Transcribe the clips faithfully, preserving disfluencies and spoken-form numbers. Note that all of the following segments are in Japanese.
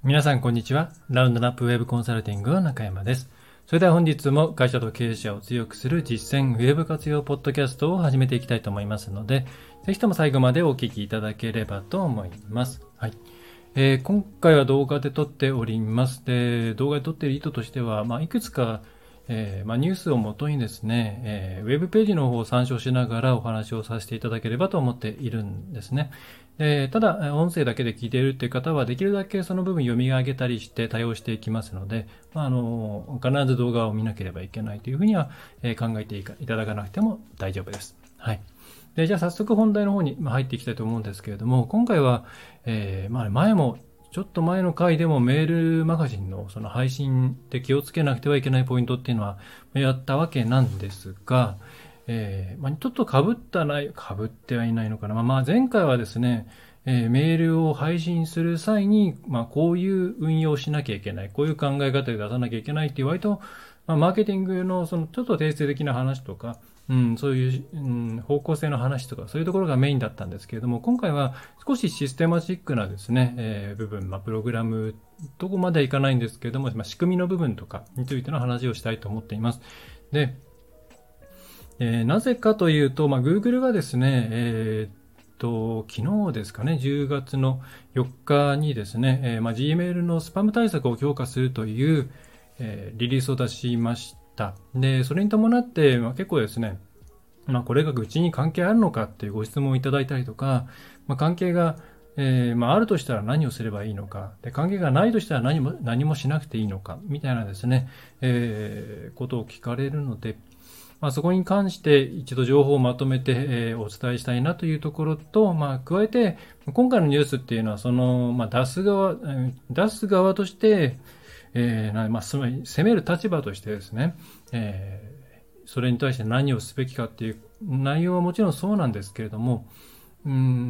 皆さんこんにちは。ラウンドナップウェブコンサルティングの中山です。それでは本日も会社と経営者を強くする実践ウェブ活用ポッドキャストを始めていきたいと思いますので、ぜひとも最後までお聞きいただければと思います。はい。えー、今回は動画で撮っております。で、動画で撮っている意図としては、まあ、いくつか、えーまあ、ニュースをもとにですね、えー、ウェブページの方を参照しながらお話をさせていただければと思っているんですね。えー、ただ、音声だけで聞いているという方は、できるだけその部分読み上げたりして対応していきますので、まあ、あの必ず動画を見なければいけないというふうには、えー、考えていただかなくても大丈夫です。はい。で、じゃあ早速本題の方に入っていきたいと思うんですけれども、今回は、えーまあ、前もちょっと前の回でもメールマガジンのその配信で気をつけなくてはいけないポイントっていうのはやったわけなんですが、えーまあ、ちょっと被ったない、被ってはいないのかな。まあ、まあ前回はですね、えー、メールを配信する際に、まあ、こういう運用をしなきゃいけない、こういう考え方で出さなきゃいけないっていう割と、まあ、マーケティングのそのちょっと定性的な話とか、うん、そういう、うん、方向性の話とか、そういうところがメインだったんですけれども、今回は少しシステマチックなですね、えー、部分、まあ、プログラム、どこまではいかないんですけれども、まあ、仕組みの部分とかについての話をしたいと思っています。で、えー、なぜかというと、まあ、Google がですね、えー、と昨日ですかね、じゅうがつのよっかにですね、えーまあ、Gmail のスパム対策を強化するという、えー、リリースを出しました。で、それに伴って、まあ、結構ですね、まあ、これがうちに関係あるのかっていうご質問をいただいたりとか、まあ、関係が、えーまあ、あるとしたら何をすればいいのか、で関係がないとしたら何も何もしなくていいのかみたいなですね、えー、ことを聞かれるので、まあ、そこに関して一度情報をまとめて、えー、お伝えしたいなというところと、まあ、加えて今回のニュースっていうのはその、まあ、出す側、出す側として、えーまあ、つまり攻める立場としてですね、えー、それに対して何をすべきかっていう内容はもちろんそうなんですけれども、うん、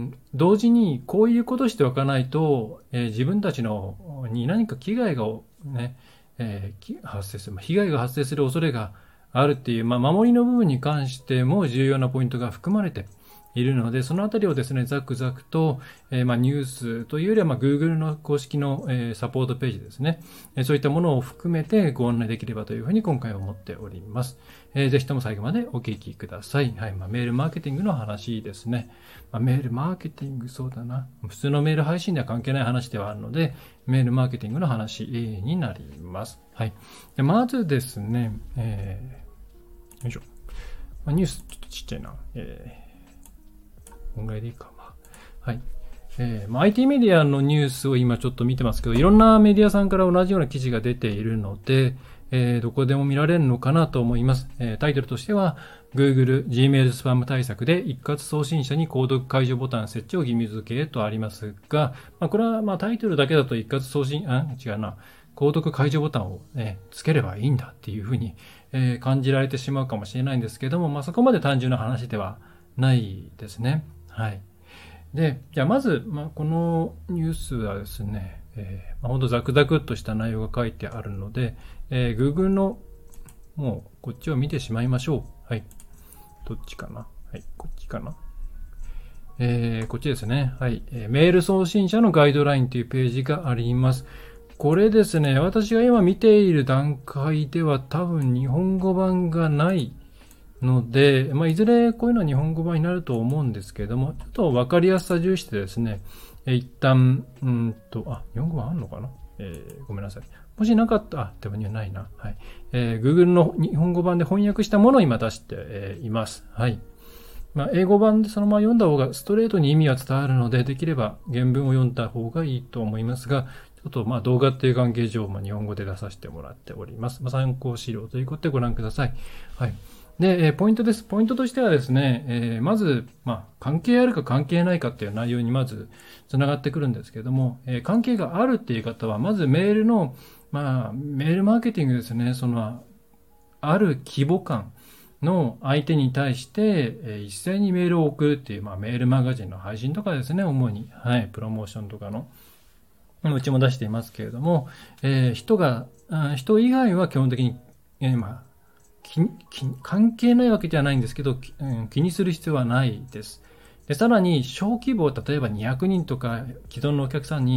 同時にこういうことをしておかないと、えー、自分たちのに何か危害が、ねえー、発生する、被害が発生する恐れがあるっていう、まあ、守りの部分に関しても重要なポイントが含まれているので、そのあたりをですね、ざくざくと、えー、まあニュースというよりは、まあ Google の公式の、えー、サポートページですね、えー、そういったものを含めてご案内できればというふうに今回は思っております。えー、ぜひとも最後までお聞きください。はい、まあ、メールマーケティングの話ですね。まあ、メールマーケティング、そうだな。普通のメール配信では関係ない話ではあるので、メールマーケティングの話になります。はい。でまずですね、えー、よいしょ。まあ、ニュースちょっとちっちゃいな。えーこんぐらいでいいか。はい。えーまあ、アイティー メディアのニュースを今ちょっと見てますけど、いろんなメディアさんから同じような記事が出ているので、えー、どこでも見られるのかなと思います。えー、タイトルとしては、Google Gmail スパム対策で一括送信者に購読解除ボタン設置を義務付けとありますが、まあ、これはまあタイトルだけだと一括送信、あ、違うな。購読解除ボタンを、ね、つければいいんだっていうふうに、えー、感じられてしまうかもしれないんですけども、まあ、そこまで単純な話ではないですね。はい。で、じゃあまず、まあ、このニュースはですね、えーまあ、ほんとザクザクっとした内容が書いてあるので、えー、Google の、もうこっちを見てしまいましょう。はい。どっちかな？はい、こっちかな。えー、こっちですね。はい、えー。メール送信者のガイドラインというページがあります。これですね、私が今見ている段階では多分日本語版がないので、まあ、いずれこういうのは日本語版になると思うんですけれども、ちょっと分かりやすさ重視でですね、え一旦、うんと、あ、日本語版あるのかな、えー、ごめんなさい。もしなかった、あ、でもないな。はい。えー、Google の日本語版で翻訳したものを今出して、えー、います。はい。まあ、英語版でそのまま読んだ方がストレートに意味は伝わるので、できれば原文を読んだ方がいいと思いますが、ちょっとまあ動画っていう関係上、まあ、日本語で出させてもらっております。まあ、参考資料ということでご覧ください。はい。で、ポイントです。ポイントとしてはですね、えー、まず、まあ、関係あるか関係ないかっていう内容にまずつながってくるんですけれども、えー、関係があるっていう方は、まずメールの、まあ、メールマーケティングですね、その、ある規模感の相手に対して、えー、一斉にメールを送るっていう、まあ、メールマガジンの配信とかですね、主に、はい、プロモーションとかの、うちも出していますけれども、えー、人が、人以外は基本的に、えー、まあ、関係ないわけではないんですけど、気にする必要はないです。で、さらに小規模、例えばにひゃくにんとか既存のお客さんに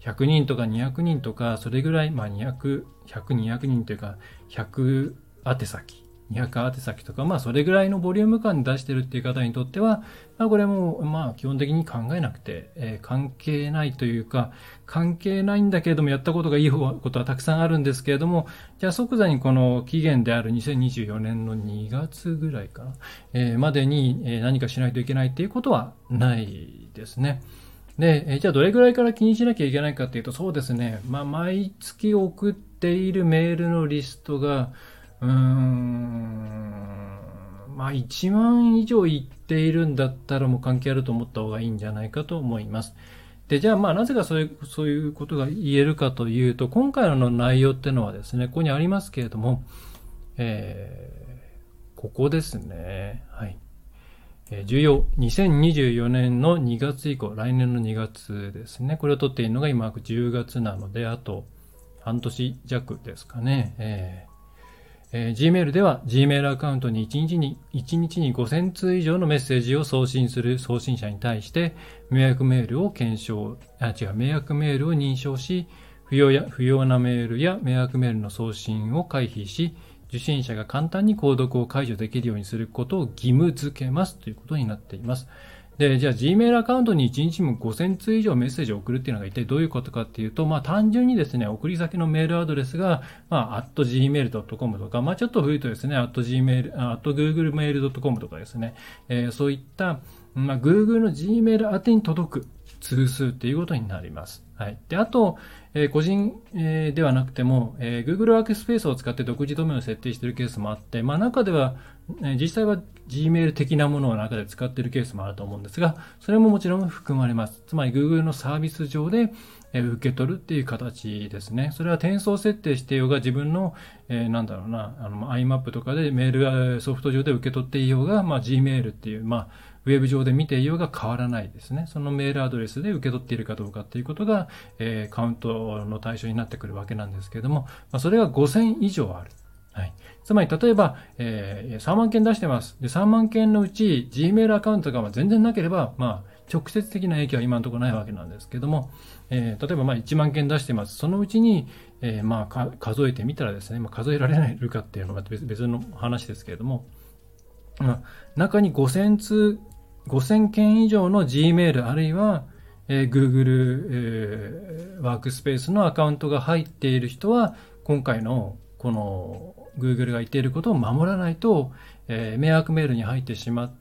ひゃくにんとかにひゃくにんとか、それぐらい、まあにひゃく、ひゃく、にひゃくにんというか、ひゃく宛先、にひゃく宛先とか、まあそれぐらいのボリューム感で出してるっていう方にとっては、まあこれも、まあ基本的に考えなくて、えー、関係ないというか、関係ないんだけれども、やったことがいいことはたくさんあるんですけれども、じゃあ即座にこの期限であるにせんにじゅうよねんのにがつぐらいかな、えー、までに何かしないといけないっていうことはないですね。で、えじゃあどれぐらいから気にしなきゃいけないかっていうと、そうですね、まあ、毎月送っているメールのリストが、うーん、まあ、いちまん以上いっているんだったらもう関係あると思った方がいいんじゃないかと思います。で、じゃあまあ、なぜかそういう、そういうことが言えるかというと、今回の内容ってのはですね、ここにありますけれども、えー、ここですね、はい。重要、にせんにじゅうよねんのにがつ以降、来年のにがつですね。これを取っているのが今じゅうがつなので、あと半年弱ですかね。えーえー、Gmail では Gmail アカウントに1日に、いちにちにごせんつう以上のメッセージを送信する送信者に対して、迷惑メールを検証、あ、違う、迷惑メールを認証し、不要や、不要なメールや迷惑メールの送信を回避し、受信者が簡単に購読を解除できるようにすることを義務付けますということになっています。で、じゃあ Gmail アカウントにいちにちもごせんつう以上メッセージを送るっていうのが一体どういうことかっていうと、まあ単純にですね、送り先のメールアドレスが、まあ、アットジーメールドットコム とか、まあちょっと古いとですね、アット Gmail、アット グーグルメールドットコム とかですね、えー、そういった、まあ Google の Gmail 宛てに届く通数っていうことになります。はい。で、あと、えー、個人、えー、ではなくても、えー、Google ワークスペースを使って独自ドメインを設定しているケースもあって、まあ中では、えー、実際は Gmail 的なものを中で使っているケースもあると思うんですが、それももちろん含まれます。つまり Google のサービス上で、えー、受け取るっていう形ですね。それは転送設定していようが、自分の、えー、なんだろうな、あの、アイマップ とかでメールがソフト上で受け取っていようが、まあ Gmail っていう、まあ、ウェブ上で見ていようが変わらないですね。そのメールアドレスで受け取っているかどうかっていうことが、えー、カウントの対象になってくるわけなんですけれども、まあ、それがごせん以上ある。はい。つまり、例えば、えー、さんまんけん出してます。で、さんまんけんのうち、Gmail アカウントが全然なければ、まあ、直接的な影響は今のところないわけなんですけども、えー、例えば、まあ、いちまんけん出してます。そのうちに、えー、まあ、数えてみたらですね、まあ、数えられないかっていうのが別別の話ですけれども、まあ、中にごせんつう、ごせんけん以上の Gmail あるいは、えー、Google、えー、ワークスペースのアカウントが入っている人は、今回のこの Google が言っていることを守らないと、えー、迷惑メールに入ってしまって、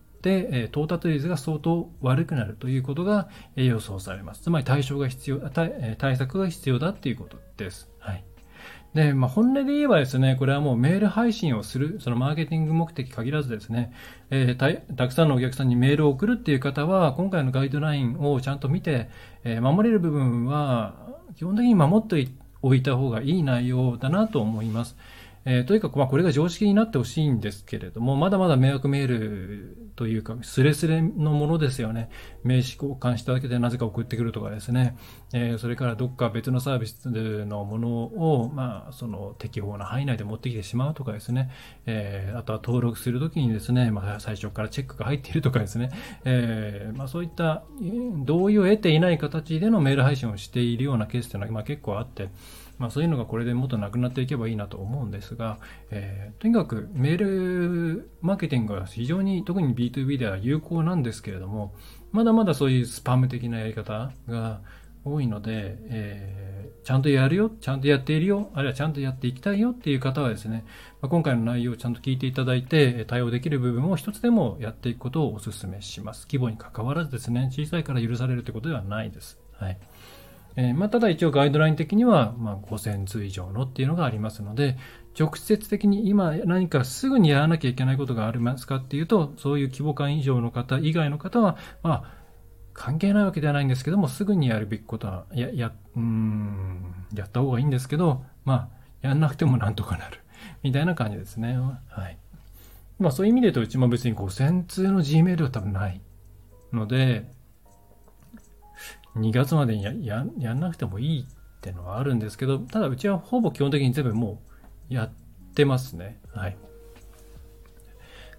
えー、到達率が相当悪くなるということが、えー、予想されます。つまり対象が必要、対、対策が必要だということです。はい。で、まあ、本音で言えばですね、これはもうメール配信をする、そのマーケティング目的限らずですね、えー、た, たくさんのお客さんにメールを送るっていう方は、今回のガイドラインをちゃんと見て、えー、守れる部分は、基本的に守っておいた方がいい内容だなと思います。えー、とにかく、まあ、これが常識になってほしいんですけれども、まだまだ迷惑メールというか、スレスレのものですよね。名刺交換しただけでなぜか送ってくるとかですね。えー、それからどっか別のサービスのものを、まあ、その適法な範囲内で持ってきてしまうとかですね。えー、あとは登録するときにですね、まあ、最初からチェックが入っているとかですね。えー、まあ、そういった同意を得ていない形でのメール配信をしているようなケースというのは、まあ、結構あって、まあ、そういうのがこれでもっとなくなっていけばいいなと思うんですが、えー、とにかくメールマーケティングは非常に特に ビーツービー では有効なんですけれども、まだまだそういうスパム的なやり方が多いので、えー、ちゃんとやるよ、ちゃんとやっているよ、あるいはちゃんとやっていきたいよっていう方はですね、まあ、今回の内容をちゃんと聞いていただいて対応できる部分を一つでもやっていくことをお勧めします。規模に関わらずですね、小さいから許されるということではないです。はい。えーまあ、ただ一応ガイドライン的には、まあ、ごせんつう以上のっていうのがありますので、直接的に今何かすぐにやらなきゃいけないことがありますかっていうと、そういう規模感以上の方以外の方は、まあ、関係ないわけではないんですけども、すぐにやるべきことは、や、や、うーん、やった方がいいんですけど、まあ、やんなくてもなんとかなる。みたいな感じですね。はい。まあ、そういう意味で言うと、うちも別にごせんつうの Gmail は多分ないので、にがつまでに や, や, やんなくてもいいってのはあるんですけど、ただうちはほぼ基本的に全部もうやってますね。はい。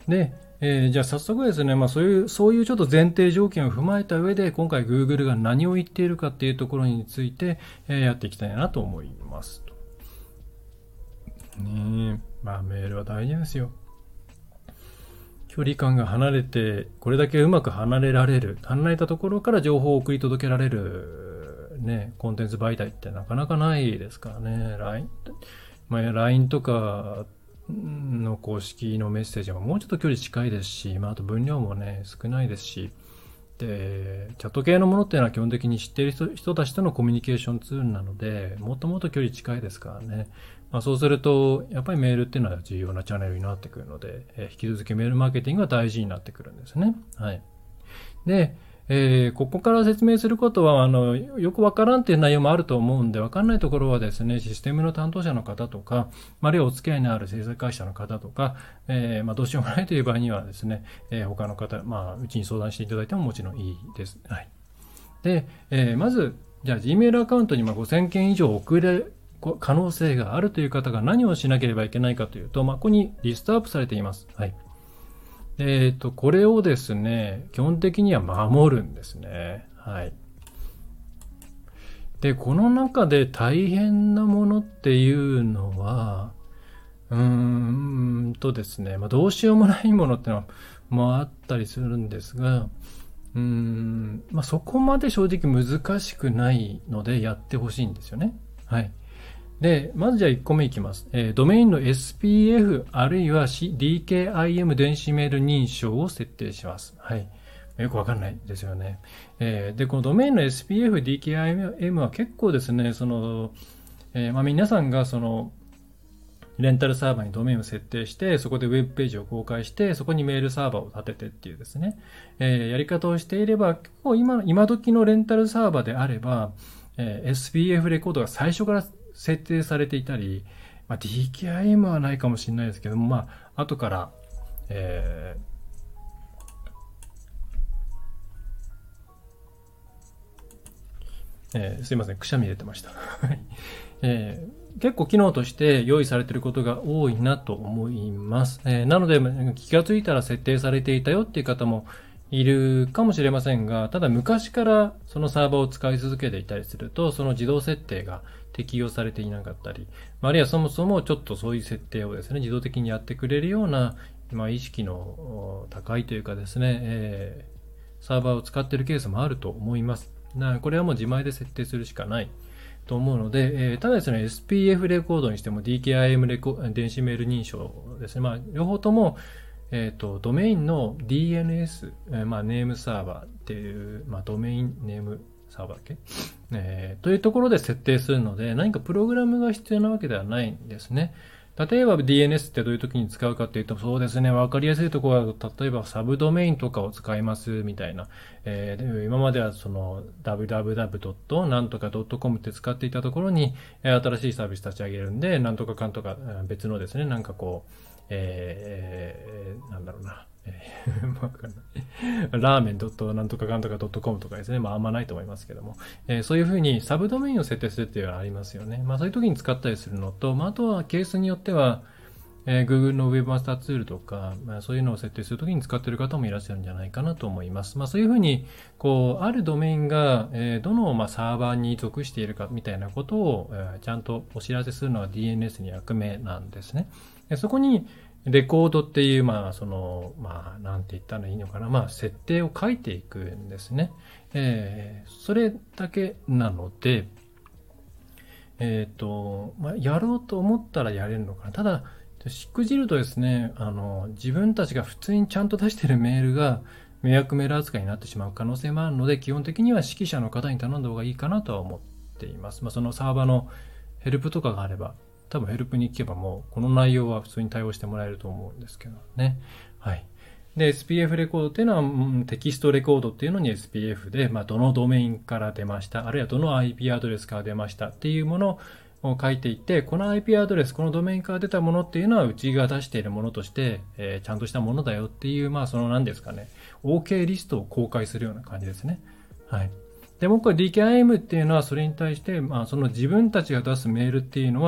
で、えー、じゃあ早速ですね、まあそういう、そういうちょっと前提条件を踏まえた上で、今回 Google が何を言っているかっていうところについて、えー、やっていきたいなと思います。ねえ、まあメールは大事ですよ。距離感が離れて、これだけうまく離れられる、離れたところから情報を送り届けられる、ね、コンテンツ媒体ってなかなかないですからね。ライン、まあ、ライン とかの公式のメッセージはもうちょっと距離近いですし、まあ、あと分量もね、少ないですし、で、チャット系のものっていうのは基本的に知っている 人, 人たちとのコミュニケーションツールなので、もっともっと距離近いですからね。まあ、そうすると、やっぱりメールっていうのは重要なチャンネルになってくるので、えー、引き続きメールマーケティングが大事になってくるんですね。はい。で、えー、ここから説明することは、あの、よくわからんっていう内容もあると思うんで、わかんないところはですね、システムの担当者の方とか、あるいはお付き合いのある制作会社の方とか、えー、まあ、どうしようもないという場合にはですね、えー、他の方、まあ、うちに相談していただいてももちろんいいです。はい。で、えー、まず、じゃあ Gmail アカウントにごせんけん以上送れ可能性があるという方が何をしなければいけないかというと、まあ、ここにリストアップされています。はい。えっと、これをですね、基本的には守るんですね。はい。で、この中で大変なものっていうのは、うーんとですね、まあ、どうしようもないものってのは、もあったりするんですが、うーん、まあ、そこまで正直難しくないのでやってほしいんですよね。はい。で、まずじゃあいっこめいきます。えー、ドメインの エスピーエフ あるいは ディーケーアイエム 電子メール認証を設定します。はい。よくわかんないですよね。えー、で、このドメインの エスピーエフ、ディーケーアイエム は結構ですね、その、えー、まあ、皆さんがその、レンタルサーバーにドメインを設定して、そこでウェブページを公開して、そこにメールサーバーを立ててっていうですね、えー、やり方をしていれば、結構今、今時のレンタルサーバーであれば、えー、エスピーエフ レコードが最初から設定されていたり、まあ、ディーケーアイエム はないかもしれないですけども、まあ、後から、えーえー、すいません、くしゃみ出てました。えー、結構機能として用意されていることが多いなと思います。えー、なので、気がついたら設定されていたよっていう方もいるかもしれませんが、ただ昔からそのサーバーを使い続けていたりすると、その自動設定が適用されていなかったり、あるいはそもそもちょっとそういう設定をですね、自動的にやってくれるような、まあ、意識の高いというかですね、えー、サーバーを使っているケースもあると思います。なこれはもう自前で設定するしかないと思うので、えー、ただですね、エスピーエフ レコードにしても ディーケーアイエム レコ電子メール認証ですね、まあ、両方とも、えっと、ドメインの ディーエヌエス、えー、まあ、ネームサーバーっていう、まあ、ドメインネームサーバーだっけ、えー、というところで設定するので、何かプログラムが必要なわけではないんですね。例えば ディーエヌエス ってどういう時に使うかっていうと、そうですね、わかりやすいところは、例えばサブドメインとかを使いますみたいな。えー、今まではその ダブリューダブリューダブリュー なんとか .com って使っていたところに、新しいサービス立ち上げるんで、なんとかかんとか別のですね、なんかこう、えー、なんだろうな。えー、わかんない。ラーメンドットなんとかかんとか .com とかですね。まああんまないと思いますけども。えー、そういうふうにサブドメインを設定するっていうのはありますよね。まあそういう時に使ったりするのと、まああとはケースによっては、えー、Google の Webmaster ツールとか、まあ、そういうのを設定するときに使っている方もいらっしゃるんじゃないかなと思います。まあ、そういうふうに、こう、あるドメインが、えー、どの、まあ、サーバーに属しているかみたいなことを、えー、ちゃんとお知らせするのは ディーエヌエス に役目なんですね。でそこに、レコードっていう、まあ、その、まあ、なんて言ったらいいのかな。まあ、設定を書いていくんですね。えー、それだけなので、えっと、まあ、やろうと思ったらやれるのかな。ただ、しくじるとですね、あの、自分たちが普通にちゃんと出しているメールが迷惑メール扱いになってしまう可能性もあるので、基本的には指揮者の方に頼んだ方がいいかなとは思っています。まあ、そのサーバーのヘルプとかがあれば、多分ヘルプに行けばもう、この内容は普通に対応してもらえると思うんですけどね。はい。で、エスピーエフ レコードっていうのは、うん、テキストレコードっていうのに エスピーエフ で、まあ、どのドメインから出ました、あるいはどの アイピー アドレスから出ましたっていうものを書いていって、この アイピー アドレス、このドメインから出たものっていうのは、うちが出しているものとして、えー、ちゃんとしたものだよっていう、まあ、その何ですかね、OK リストを公開するような感じですね。はい。で、僕は ディーケーアイエム っていうのは、それに対して、まあ、その自分たちが出すメールっていうのは、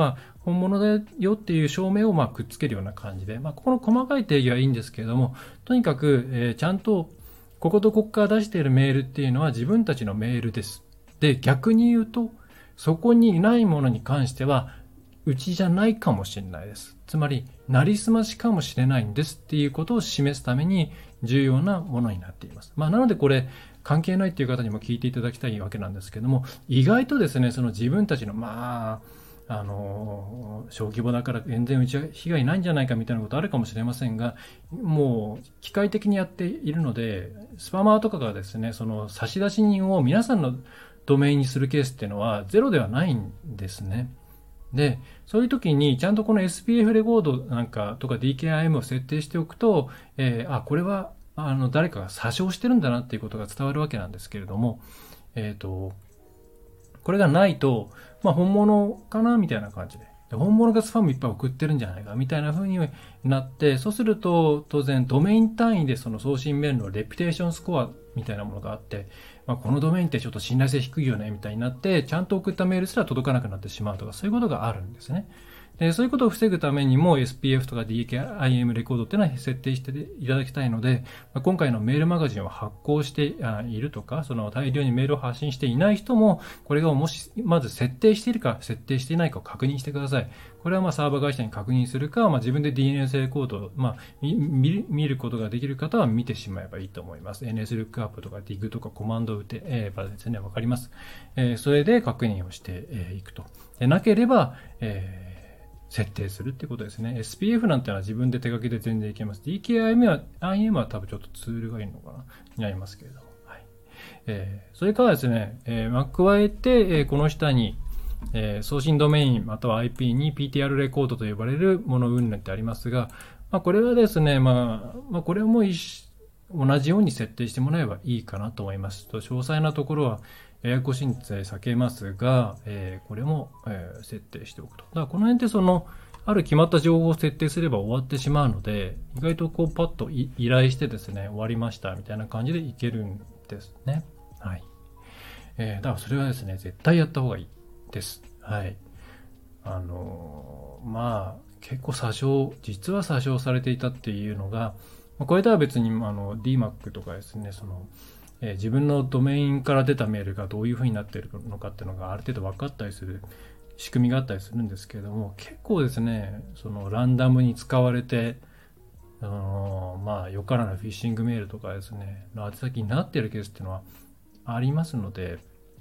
本物だよっていう証明をまあくっつけるような感じで、まあ、ここの細かい定義はいいんですけれども、とにかく、えー、ちゃんとこことここから出しているメールっていうのは自分たちのメールです。で、逆に言うと、そこにないものに関しては、うちじゃないかもしれないです。つまり、なりすましかもしれないんですっていうことを示すために重要なものになっています。まあ、なのでこれ、関係ないっていう方にも聞いていただきたいわけなんですけども、意外とですね、その自分たちの、まあ、あの、小規模だから全然うちは被害ないんじゃないかみたいなことあるかもしれませんが、もう機械的にやっているので、スパマーとかがですね、その差出人を皆さんのドメインにするケースっていうのはゼロではないんですね。で、そういう時にちゃんとこの エスピーエフ レコードなんかとか ディーケーアイエム を設定しておくと、えー、あ、これはあの誰かが詐称してるんだなっていうことが伝わるわけなんですけれども、えっと、これがないと、まあ本物かなみたいな感じで。本物がスパムいっぱい送ってるんじゃないかみたいな風になって、そうすると当然ドメイン単位でその送信メールのレピュテーションスコアみたいなものがあって、まあ、このドメインってちょっと信頼性低いよねみたいになって、ちゃんと送ったメールすら届かなくなってしまうとか、そういうことがあるんですね。で、そういうことを防ぐためにも エスピーエフ とか ディーケーアイエム レコードっていうのは設定していただきたいので、まあ、今回のメールマガジンを発行しているとか、その大量にメールを発信していない人も、これがもし、まず設定しているか設定していないかを確認してください。これはまあサーバー会社に確認するか、まあ、自分で ディーエヌエス レコードを、まあ、見, 見ることができる方は見てしまえばいいと思います。エヌエス ルックアップとか ディグ とかコマンドを打てばですね、わかります。えー、それで確認をしていくと。でなければ、えー設定するってことですね。エスピーエフ なんてのは自分で手書きで全然いけます。ディーケーアイエム は、アイエム は多分ちょっとツールがいいのかなになりますけれども。はい。えー、それからですね、えーまあ、加えて、えー、この下に、えー、送信ドメインまたは アイピー に ピーティーアール レコードと呼ばれるもの云々ってありますが、まあ、これはですね、まあ、まあ、これも一同じように設定してもらえばいいかなと思います。と詳細なところはややこしいんで避けますが、えー、これも、えー、設定しておくと。だからこの辺ってその、ある決まった情報を設定すれば終わってしまうので、意外とこうパッと依頼してですね、終わりましたみたいな感じでいけるんですね。はい。えー、だからそれはですね、絶対やった方がいいです。はい。あのー、まあ、結構詐称、実は詐称されていたっていうのが、これとは別にあの ディーマック とかですね、その、えー、自分のドメインから出たメールがどういう風になっているのかっていうのがある程度分かったりする仕組みがあったりするんですけれども、結構ですね、そのランダムに使われて、あのー、まあ、よからぬフィッシングメールとかですね、の宛先になっているケースっていうのはありますので、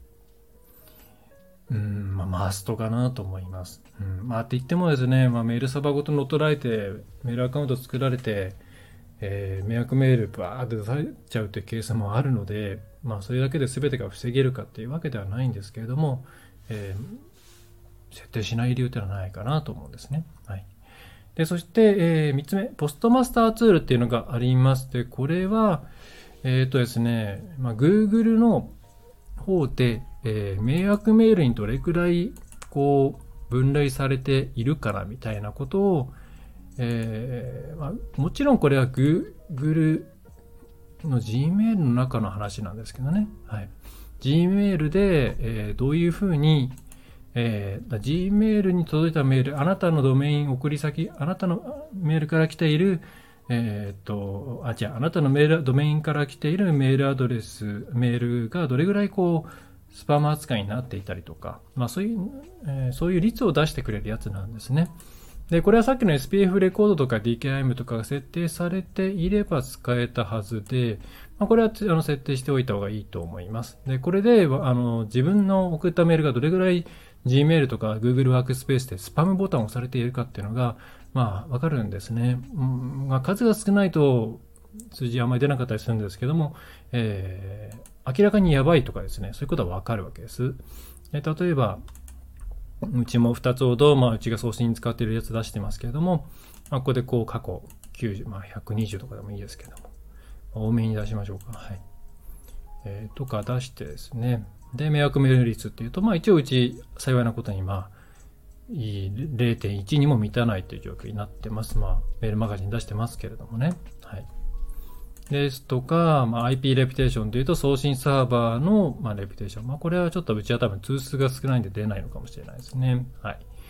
うん、まあ、マストかなと思います。うん、まあ、って言ってもですね、まあ、メールサーバーごと乗っ取られて、メールアカウント作られて、えー、迷惑メールバーって出されちゃうというケースもあるので、まあ、それだけで全てが防げるかっていうわけではないんですけれども、えー、設定しない理由っていうのはないかなと思うんですね。はい。で、そして、えー、みっつめ、ポストマスターツールっていうのがあります。で、これは、えっとですね、まあ、Google の方で、えー、迷惑メールにどれくらい、こう、分類されているからみたいなことを、えーまあ、もちろんこれは Google の Gmail の中の話なんですけどね。はい。Gmail で、えー、どういうふうに、えー、Gmail に届いたメール、あなたのドメイン送り先、あなたのメールから来ている、えー、っと、あ、違う、あなたのメール、ドメインから来ているメールアドレス、メールがどれぐらいこう、スパム扱いになっていたりとか、まあそういう、えー、そういう率を出してくれるやつなんですね。で、これはさっきの エスピーエフ レコードとか ディーケーアイエム とかが設定されていれば使えたはずで、まあ、これはあの設定しておいた方がいいと思います。で、これで、あの、自分の送ったメールがどれぐらい Gmail とか Google ワークスペースでスパムボタンを押されているかっていうのが、まあ、わかるんですね。うんまあ、数が少ないと数字あんまり出なかったりするんですけども、えー、明らかにやばいとかですね、そういうことはわかるわけです。え例えば、うちもふたつほど、まあ、うちが送信に使っているやつ出してますけれども、まあ、ここでこう過去きゅうじゅう、まあ、ひゃくにじゅうとかでもいいですけども、多めに出しましょうか。はい。えー、とか出してですね。で、迷惑メール率っていうと、まあ一応うち幸いなことに、まあ、れいてんいち にも満たないという状況になってます。まあ、メールマガジン出してますけれどもね。はい。ですとか、まあ、アイピー レピュテーションというと送信サーバーの、まあ、レピュテーション。まあ、これはちょっとうちは多分通数が少ないんで出ないのかもしれないですね。はい。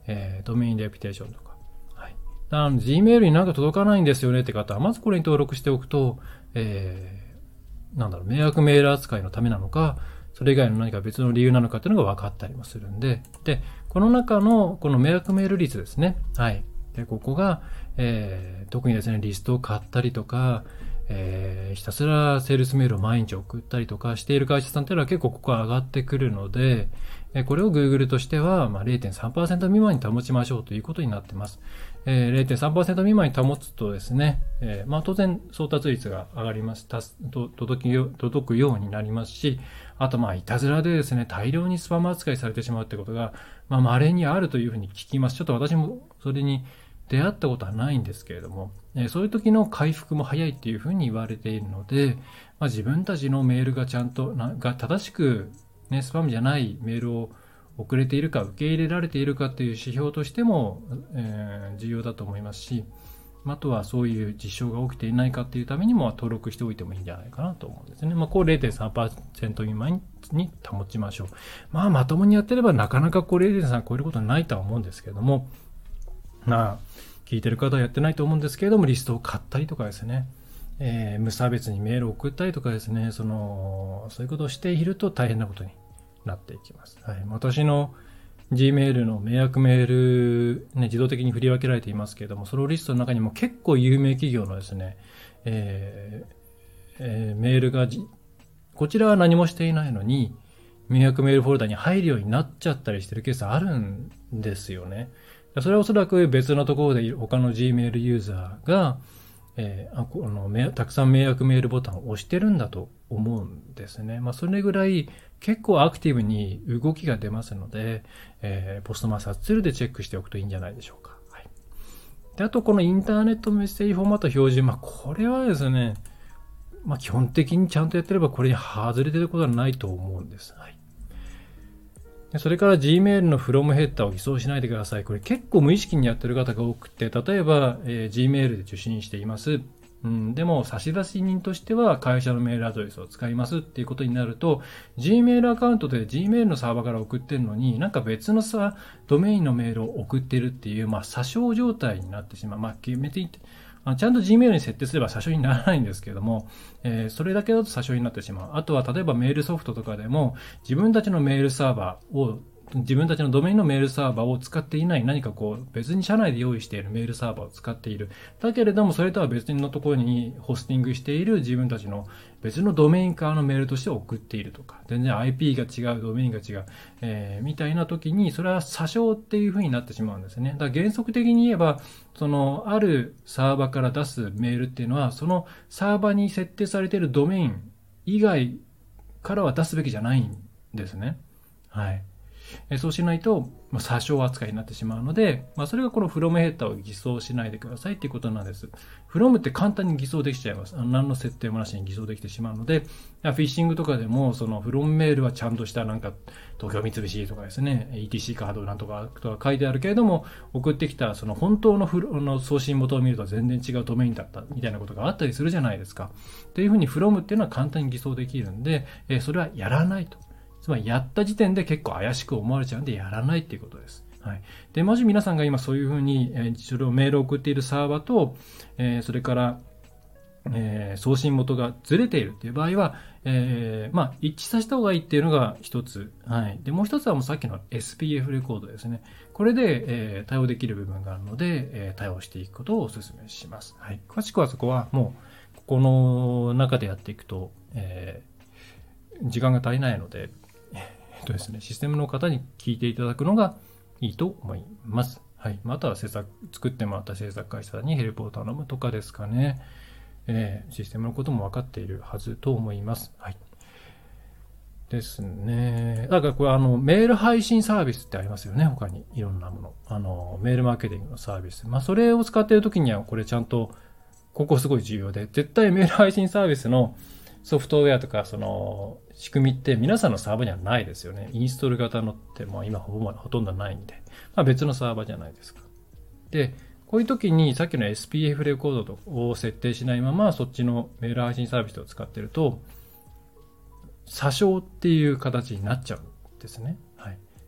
えー、ドメインレピュテーションとか。はい。あの、Gmail になんか届かないんですよねって方は、まずこれに登録しておくと、えー、なんだろう、迷惑メール扱いのためなのか、それ以外の何か別の理由なのかっていうのが分かったりもするんで、で、この中のこの迷惑メール率ですね。はい。で、ここが、えー、特にですね、リストを買ったりとか、えー、ひたすらセールスメールを毎日送ったりとかしている会社さんっていうのは結構ここは上がってくるので、これを Google としては ゼロてんさんパーセント 未満に保ちましょうということになっています。えー、ゼロてんさんパーセント 未満に保つとですね、えー、まあ当然送達率が上がります。届きよ、届くようになりますし、あとまあいたずらでですね、大量にスパム扱いされてしまうってことが、まあ稀にあるというふうに聞きます。ちょっと私もそれに出会ったことはないんですけれども、えー、そういう時の回復も早いっていうふうに言われているので、まあ、自分たちのメールがちゃんとな、が正しくね、スパムじゃないメールを送れているか、受け入れられているかっていう指標としても、えー、重要だと思いますし、あとはそういう事象が起きていないかっていうためにも登録しておいてもいいんじゃないかなと思うんですね。まあ、こう ゼロてんさんパーセント 未満に保ちましょう。まあ、まともにやってればなかなかこう ゼロてんさん 超えることはないとは思うんですけれども、まあ、聞いてる方はやってないと思うんですけれども、リストを買ったりとかですね、えー、無差別にメールを送ったりとかですね、その、そういうことをしていると大変なことになっていきます。はい。私の Gmail の迷惑メール、ね、自動的に振り分けられていますけれども、そのリストの中にも結構有名企業のですね、えーえー、メールがこちらは何もしていないのに、迷惑メールフォルダに入るようになっちゃったりしてるケースあるんですよね。それはおそらく別のところで他の Gmail ユーザーが、えー、あこのたくさん迷惑メールボタンを押してるんだと思うんですね。まあ、それぐらい結構アクティブに動きが出ますので、えー、ポストマーサーツールでチェックしておくといいんじゃないでしょうか。はい、であと、このインターネットメッセージフォーマット表示、まあ、これはですね、まあ、基本的にちゃんとやってればこれに外れてることはないと思うんです。はい、それから Gmail の from ヘッダーを偽装しないでください。これ結構無意識にやってる方が多くて、例えば、えー、Gmail で受信しています。うん、でも差出人としては会社のメールアドレスを使いますっていうことになると、Gmail アカウントで Gmail のサーバーから送ってるのに、なんか別のさ、ドメインのメールを送ってるっていう、まあ、詐称状態になってしまう。まあ、決めていって、ちゃんと Gmail に設定すれば詐称にならないんですけれども、えー、それだけだと詐称になってしまう。あとは例えばメールソフトとかでも自分たちのメールサーバーを自分たちのドメインのメールサーバーを使っていない、何かこう別に社内で用意しているメールサーバーを使っている。だけれどもそれとは別のところにホスティングしている自分たちの別のドメイン側のメールとして送っているとか、全然 アイピー が違う、ドメインが違う、えー、みたいな時にそれは詐称っていう風になってしまうんですね。だから原則的に言えば、そのあるサーバーから出すメールっていうのは、そのサーバーに設定されているドメイン以外からは出すべきじゃないんですね。はい。そうしないと、まあ、詐称扱いになってしまうので、まあ、それがこの from ヘッダーを偽装しないでくださいっていうことなんです。from って簡単に偽装できちゃいます。何の設定もなしに偽装できてしまうので、フィッシングとかでも、その from メールはちゃんとしたなんか、東京三菱とかですね、イーティーシー カードなんとかとか書いてあるけれども、送ってきたその本当のフロの送信元を見ると全然違うドメインだったみたいなことがあったりするじゃないですか。っていうふうに from っていうのは簡単に偽装できるんで、それはやらないと。つまりやった時点で結構怪しく思われちゃうんでやらないっていうことです。はい。で、もし皆さんが今そういうふうに、えー、それをメールを送っているサーバーと、えー、それから、えー、送信元がずれているっていう場合は、えー、まあ、一致させた方がいいっていうのが一つ。はい。で、もう一つはもうさっきの エスピーエフ レコードですね。これで、えー、対応できる部分があるので、えー、対応していくことをお勧めします。はい。詳しくはそこはもう、ここの中でやっていくと、えー、時間が足りないので、えっとですね、システムの方に聞いていただくのがいいと思います。はい。または制作、作ってもらった制作会社にヘルプを頼むとかですかね。えー、システムのことも分かっているはずと思います。はい。ですね。だからこれあの、メール配信サービスってありますよね。他にいろんなもの。あの、メールマーケティングのサービス。まあ、それを使っているときには、これちゃんと、ここすごい重要で、絶対メール配信サービスのソフトウェアとか、その、仕組みって皆さんのサーバーにはないですよね。インストール型のってもう今ほぼほとんどないんで。まあ別のサーバーじゃないですか。で、こういう時にさっきの エスピーエフ レコードを設定しないままそっちのメール配信サービスを使ってると、詐称っていう形になっちゃうんですね。はい。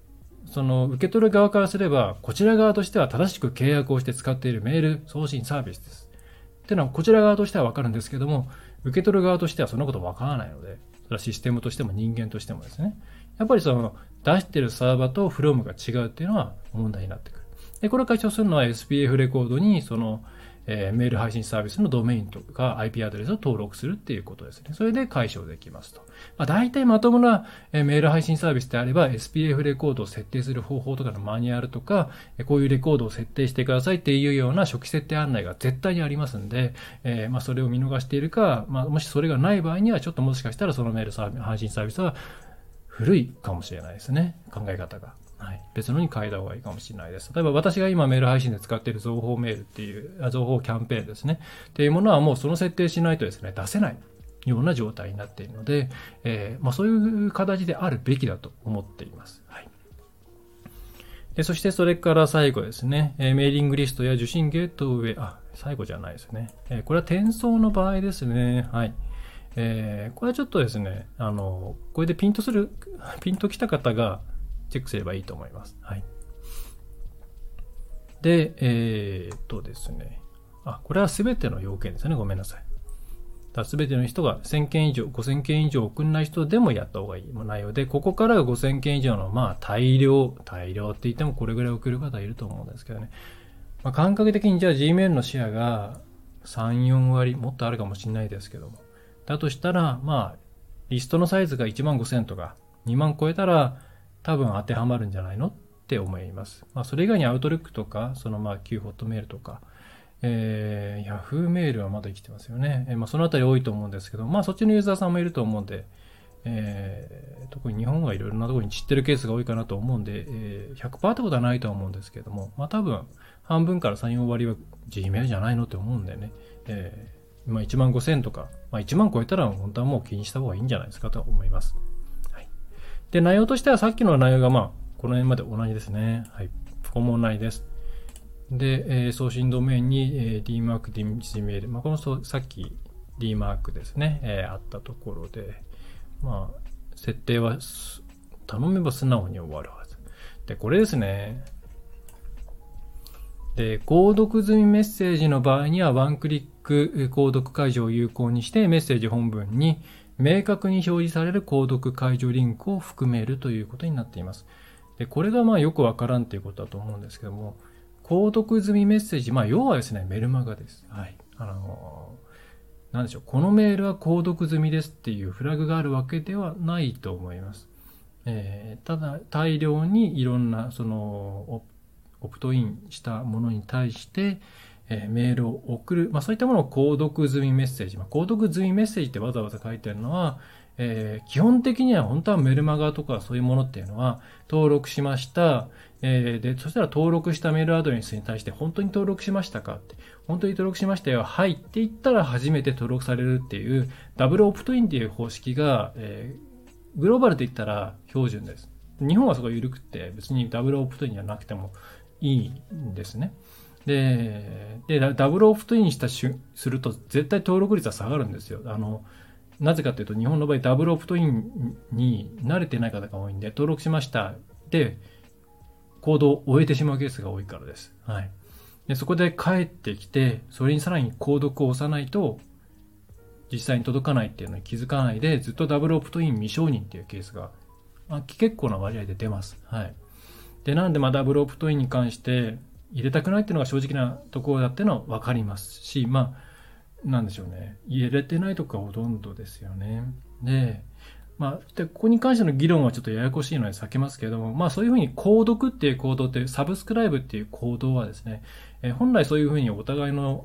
その受け取る側からすれば、こちら側としては正しく契約をして使っているメール送信サービスです。っていうのは、こちら側としてはわかるんですけども、受け取る側としてはそんなことわからないので、それはシステムとしても人間としてもですね。やっぱりその出しているサーバーとフロムが違うっていうのは問題になってくる。で、これを解消するのは エスピーエフ レコードにその、えー、メール配信サービスのドメインとか アイピー アドレスを登録するっていうことですね。それで解消できますと。まあ、大体まともな、えー、メール配信サービスであれば エスピーエフ レコードを設定する方法とかのマニュアルとか、こういうレコードを設定してくださいっていうような初期設定案内が絶対にありますんで、えー、まあそれを見逃しているか、まあもしそれがない場合にはちょっともしかしたらそのメールサービス配信サービスは古いかもしれないですね。考え方が。はい。別のに変えた方がいいかもしれないです。例えば私が今メール配信で使っている情報メールっていう、情報キャンペーンですね。っていうものはもうその設定しないとですね、出せないような状態になっているので、えー、まあそういう形であるべきだと思っています。はい。で、そしてそれから最後ですね、えー、メーリングリストや受信ゲートウェイ、あ、最後じゃないですね。えー、これは転送の場合ですね。はい。えー、これはちょっとですね、あの、これでピンとする、ピンときた方がチェックすればいいと思います。はい。で、えー、っとですね、あ、これはすべての要件ですね。ごめんなさい。すべての人がせんけん以上、ごせんけん以上送んない人でもやった方がいい内容で、ここからがごせんけん以上の、まあ、大量、大量って言ってもこれぐらい送る方いると思うんですけどね。まあ、感覚的にじゃあ Gmail のシェアがさん、よんわり、もっとあるかもしれないですけども。だとしたら、まあ、リストのサイズがいちまんごせんとかにまん超えたら多分当てはまるんじゃないのって思います。まあ、それ以外に Outlook とか、そのまあ、旧ホットメールとか、えー、Yahoo メールはまだ生きてますよね。えー、まあ、そのあたり多いと思うんですけど、まあ、そっちのユーザーさんもいると思うんで、えー、特に日本はいろいろなところに散ってるケースが多いかなと思うんで、えー、ひゃくパーセント ってことはないと思うんですけども、まあ、多分、半分からさん、よん割は Gmail じゃないのって思うんでね、えーまあ、いちまんごせんとか、まあ、いちまん超えたら本当はもう気にした方がいいんじゃないですかと思います。はい。で、内容としてはさっきの内容がまあ、この辺まで同じですね。はい。ここも同じです。で、えー、送信ドメインに、えー、dmark、dgmail、まあ、このさっき dmark ですね、えー、あったところで、まあ、設定は頼めば素直に終わるはず。で、これですね。で、購読済みメッセージの場合にはワンクリック購読解除を有効にしてメッセージ本文に明確に表示される購読解除リンクを含めるということになっています。で、これがまあよくわからんということだと思うんですけども、購読済みメッセージ、まあ要はですね、メルマガです。はい。あの、なんでしょう、このメールは購読済みですっていうフラグがあるわけではないと思います。えー、ただ、大量にいろんな、その、オプトインしたものに対して、えー、メールを送る、まあそういったものを購読済みメッセージ、まあ、購読済みメッセージってわざわざ書いてあるのは、えー、基本的には本当はメルマガとかそういうものっていうのは登録しました、えー、でそしたら登録したメールアドレスに対して本当に登録しましたかって、本当に登録しましたよ、はいって言ったら初めて登録されるっていうダブルオプトインっていう方式が、えー、グローバルで言ったら標準です。日本はそこ緩くって別にダブルオプトインじゃなくてもいいんですね。で、でダブルオプトインしたしすると絶対登録率は下がるんですよ。あのなぜかというと日本の場合ダブルオプトインに慣れてない方が多いんで、登録しましたで行動を終えてしまうケースが多いからです。はい。でそこで帰ってきてそれにさらに購読を押さないと実際に届かないっていうのに気づかないでずっとダブルオプトイン未承認っていうケースが、まあ、結構な割合で出ます。はい。で、なんでまあダブルオプトインに関して入れたくないっていうのが正直なところだっていうのは分かりますし、まあ、なんでしょうね。入れてないとこがほとんどですよね。で、まあ、でここに関しての議論はちょっとややこしいので避けますけれども、まあそういうふうに購読っていう行動って、サブスクライブっていう行動はですね、えー、本来そういうふうにお互いの、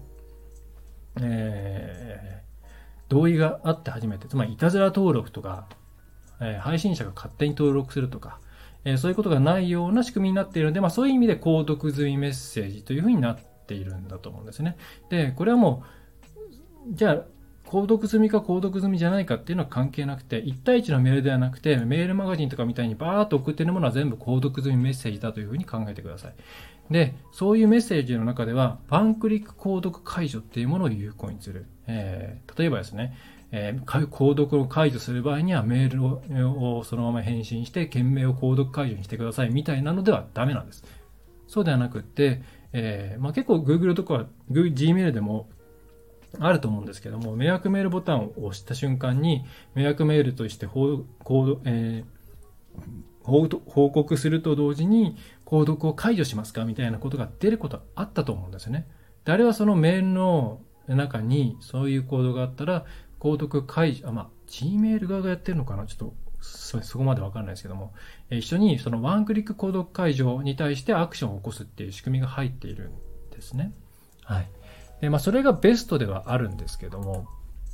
えー、同意があって初めて、つまりいたずら登録とか、えー、配信者が勝手に登録するとか、えー、そういうことがないような仕組みになっているので、まあそういう意味で購読済みメッセージというふうになっているんだと思うんですね。で、これはもう、じゃあ、購読済みか購読済みじゃないかっていうのは関係なくて、いち対いちのメールではなくて、メールマガジンとかみたいにバーっと送っているものは全部購読済みメッセージだというふうに考えてください。で、そういうメッセージの中では、ワンクリック購読解除っていうものを有効にする。えー、例えばですね、 えー、購読を解除する場合にはメールをそのまま返信して件名を購読解除にしてくださいみたいなのではダメなんです。そうではなくって、えーまあ、結構 Google とか Gmail でもあると思うんですけども、迷惑メールボタンを押した瞬間に迷惑メールとして報、えー、報告すると同時に購読を解除しますかみたいなことが出ることはあったと思うんですよね。で、あれはそのメールの中にそういうコードがあったら購読解除、あ、まあ、Gmail 側がやってるのかなちょっとそ, そこまでわかんないですけども、一緒にそのワンクリック購読解除に対してアクションを起こすっていう仕組みが入っているんですね。はい。で、まあ、それがベストではあるんですけども、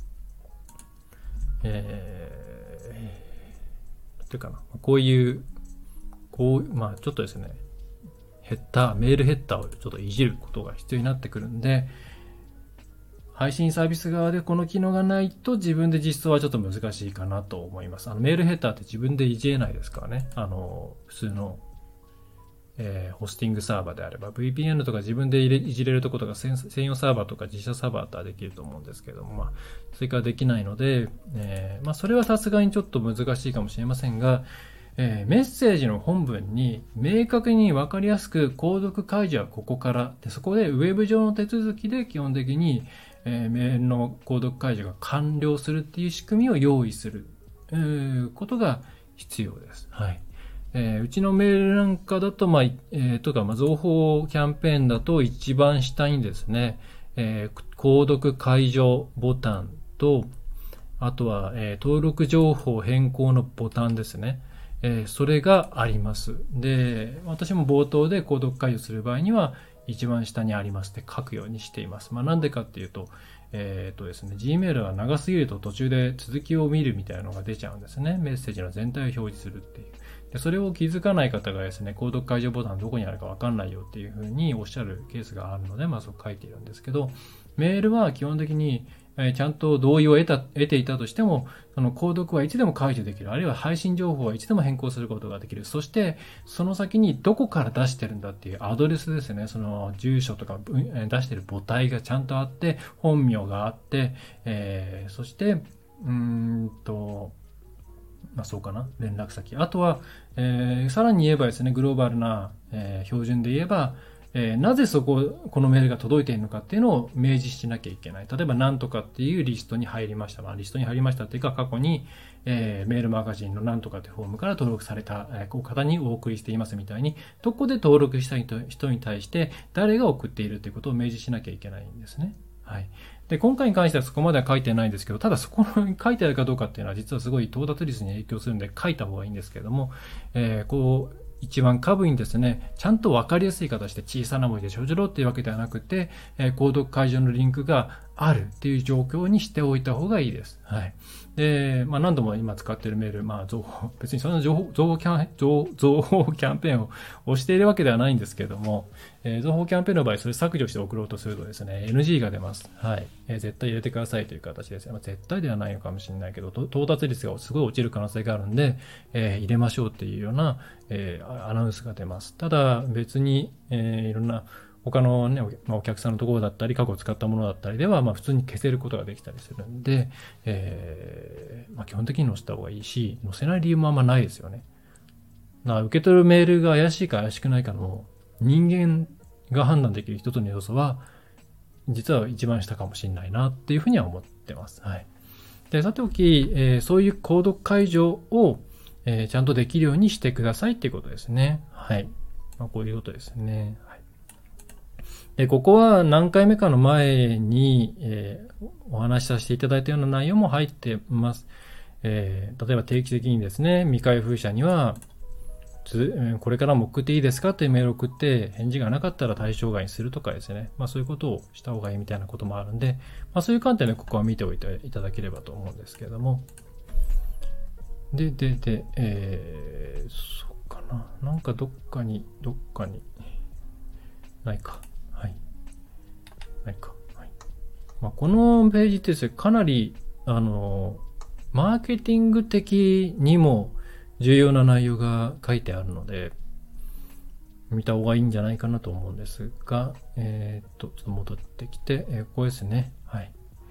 えー、というかな、こういう、こう、まあ、ちょっとですね、ヘッダー、メールヘッダーをちょっといじることが必要になってくるんで、配信サービス側でこの機能がないと自分で実装はちょっと難しいかなと思います。あのメールヘッダーって自分でいじれないですからね。あの、普通の、えー、ホスティングサーバーであれば ブイピーエヌ とか自分でいれいじれるところとか専用サーバーとか自社サーバーだったらできると思うんですけども、まあ、追加できないので、えー、まあ、それはさすがにちょっと難しいかもしれませんが、えー、メッセージの本文に明確に分かりやすく購読解除はここからで、そこでウェブ上の手続きで基本的にえー、メールの購読解除が完了するっていう仕組みを用意する、えー、ことが必要です。はい。えー、うちのメールなんかだと、まあ、えー、とか、まあ、情報キャンペーンだと一番下にですね、えー、購読解除ボタンと、あとは、えー、登録情報変更のボタンですね。えー、それがあります。で、私も冒頭で購読解除する場合には、一番下にありますって書くようにしています。まあなんでかっていうと、えっとですね、Gmail は長すぎると途中で続きを見るみたいなのが出ちゃうんですね。メッセージの全体を表示するっていう。で、それを気づかない方がですね、購読解除ボタンどこにあるかわかんないよっていうふうにおっしゃるケースがあるので、まあそう書いているんですけど、メールは基本的にえー、ちゃんと同意を得た、得ていたとしても、その購読はいつでも解除できる。あるいは配信情報はいつでも変更することができる。そして、その先にどこから出してるんだっていうアドレスですね。その住所とか出してる母体がちゃんとあって、本名があって、えー、そして、うーんと、まあそうかな。連絡先。あとは、えー、さらに言えばですね、グローバルな、えー、標準で言えば、えー、なぜそこ、このメールが届いているのかっていうのを明示しなきゃいけない。例えば、なんとかっていうリストに入りました。まあ、リストに入りましたっていうか、過去に、えー、メールマガジンのなんとかってフォームから登録された、えー、方にお送りしていますみたいに、どこで登録した人に対して、誰が送っているということを明示しなきゃいけないんですね。はい。で、今回に関してはそこまでは書いてないんですけど、ただそこに書いてあるかどうかっていうのは実はすごい到達率に影響するんで書いた方がいいんですけれども、えー、こう、一番下部にですね、ちゃんと分かりやすい形で小さな文字でちょちょろっていうわけではなくて、えー、購読解除のリンクがあるっていう状況にしておいた方がいいです。はい。で、まあ何度も今使っているメール、まあ情報、別にそんな情報、情報キャン、情情報キャンペーンを押しているわけではないんですけども、えー、情報キャンペーンの場合、それ削除して送ろうとするとですね、エヌジー が出ます。はい。えー、絶対入れてくださいという形です。まあ、絶対ではないのかもしれないけど、到達率がすごい落ちる可能性があるんで、えー、入れましょうっていうような、えー、アナウンスが出ます。ただ、別に、えー、いろんな、他のね、お客さんのところだったり、過去使ったものだったりでは、まあ普通に消せることができたりするんで、えー、まあ基本的に載せた方がいいし、載せない理由もあんまないですよね。だから受け取るメールが怪しいか怪しくないかの人間が判断できる一つの要素は、実は一番下かもしれないなっていうふうには思ってます。はい。で、さておき、えー、そういう購読解除を、えー、ちゃんとできるようにしてくださいっていうことですね。はい。まあ、こういうことですね。はい。で、ここは何回目かの前に、えー、お話しさせていただいたような内容も入ってます。えー、例えば定期的にですね、未開封者には、これからも送っていいですかっていうメールを送って返事がなかったら対象外にするとかですね。まあそういうことをした方がいいみたいなこともあるんで、まあそういう観点でここは見ておいていただければと思うんですけれども。で、で、で、えー、そうかな。なんかどっかに、どっかに、ないか。はい。ないか。はい。まあこのページってですね、かなり、あの、マーケティング的にも、重要な内容が書いてあるので、見た方がいいんじゃないかなと思うんですが、えー、っと、ちょっと戻ってきて、えー、ここですね。はい。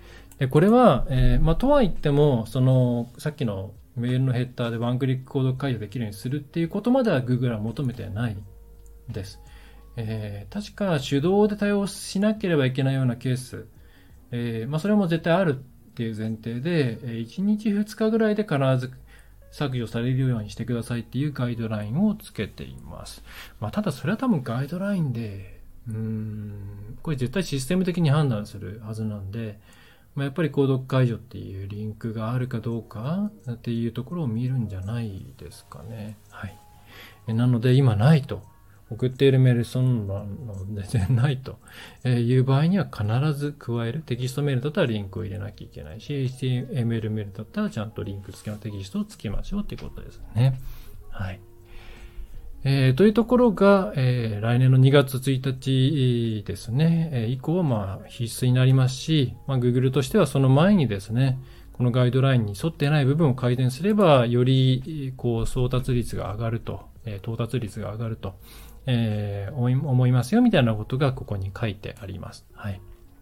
これは、えーまあ、とは言っても、その、さっきのメールのヘッダーでワンクリック購読解除できるようにするっていうことまでは Google は求めてないです。えー、確か手動で対応しなければいけないようなケース、えーまあ、それも絶対あるっていう前提で、いちにちふつかぐらいで必ず削除されるようにしてくださいっていうガイドラインをつけています。まあ、ただそれは多分ガイドラインで、うーん、これ絶対システム的に判断するはずなんで、まあ、やっぱり購読解除っていうリンクがあるかどうかっていうところを見るんじゃないですかね。はい。なので今ないと。送っているメールそんなの全然ないという場合には必ず加える。テキストメールだったらリンクを入れなきゃいけないし、エイチティーエムエル メールだったらちゃんとリンク付きのテキストをつけましょうっていうことですね。はい。えー、というところが、えー、来年のにがつついたちですね、えー、以降はまあ必須になりますし、まあ、Google としてはその前にですね、このガイドラインに沿ってない部分を改善すれば、よりこう送達率が上がると、えー、到達率が上がると、えー、思いますよみたいなことがここに書いてあります。はい。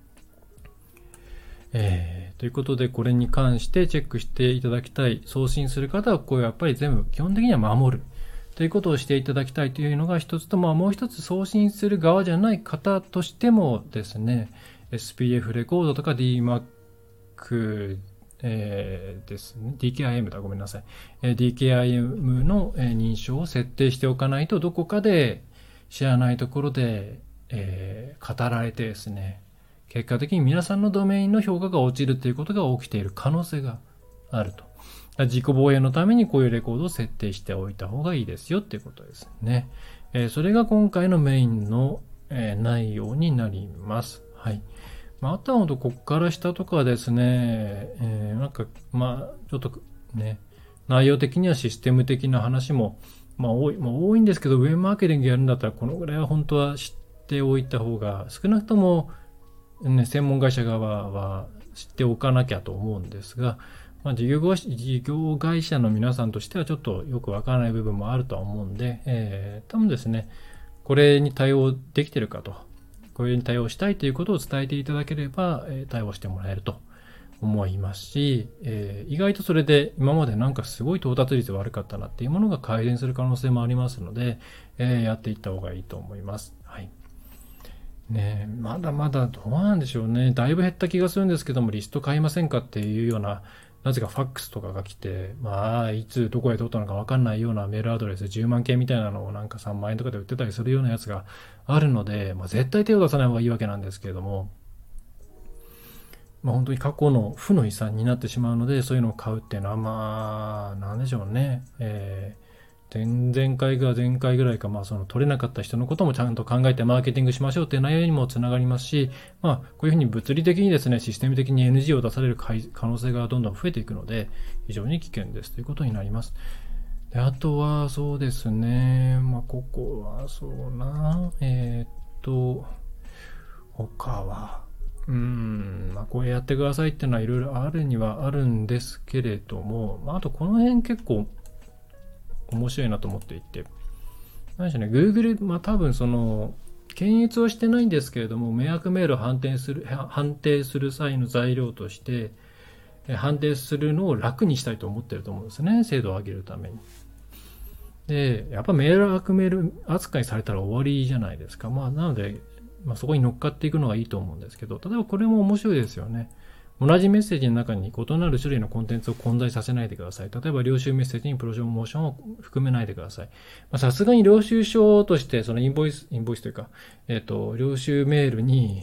えー、ということで、これに関してチェックしていただきたい。送信する方は、これやっぱり全部基本的には守る。ということをしていただきたいというのが一つと、まあ、もう一つ送信する側じゃない方としてもですね、エスピーエフ レコードとか ディーマック、えー、ですね。ディーケーアイエム だ。ごめんなさい。ディーケーアイエム の認証を設定しておかないと、どこかで知らないところで、えー、語られてですね、結果的に皆さんのドメインの評価が落ちるということが起きている可能性があると。自己防衛のためにこういうレコードを設定しておいた方がいいですよっていうことですね。えー、それが今回のメインの、えー、内容になります。はい。まあ、あとはほんとこっから下とかはですね、えー、なんか、まあ、ちょっとね、内容的にはシステム的な話も、まあ多い、まあ、多いんですけど、ウェブマーケティングやるんだったらこのぐらいは本当は知っておいた方が、少なくとも、ね、専門会社側は知っておかなきゃと思うんですが、まあ、事業事業会社の皆さんとしてはちょっとよくわからない部分もあるとは思うんで、えー、多分ですね、これに対応できてるかと、これに対応したいということを伝えていただければ、えー、対応してもらえると思いますし、えー、意外とそれで今までなんかすごい到達率悪かったなっていうものが改善する可能性もありますので、えー、やっていった方がいいと思います。はい。ねえ、まだまだどうなんでしょうね。だいぶ減った気がするんですけども、リスト買いませんかっていうような、なぜかファックスとかが来て、まあ、いつどこへ取ったのかわかんないようなメールアドレスじゅうまんけんみたいなのをなんかさんまんえんとかで売ってたりするようなやつがあるので、まあ、絶対手を出さない方がいいわけなんですけれども、まあ、本当に過去の負の遺産になってしまうので、そういうのを買うっていうのは、まあ、なんでしょうね。えー前々回が前回ぐらいか、まあその取れなかった人のこともちゃんと考えてマーケティングしましょうっていう内容にもつながりますし、まあこういうふうに物理的にですね、システム的に エヌジー を出される可能性がどんどん増えていくので、非常に危険ですということになります。で、あとはそうですね、まあここはそうな、えー、っと、他は、うーん、まあこれやってくださいっていうのはいろいろあるにはあるんですけれども、まああとこの辺結構、面白いなと思っていて。何でしょうね、Google、まあ多分その、検閲はしてないんですけれども、迷惑メールを判定する、判定する際の材料として、判定するのを楽にしたいと思ってると思うんですね。精度を上げるために。で、やっぱ迷惑メール扱いされたら終わりじゃないですか。まあなので、まあそこに乗っかっていくのがいいと思うんですけど、例えばこれも面白いですよね。同じメッセージの中に異なる種類のコンテンツを混在させないでください。例えば領収メッセージにプロモーションを含めないでください。さすがに領収書として、そのインボイス、インボイスというか、えっと、領収メールに、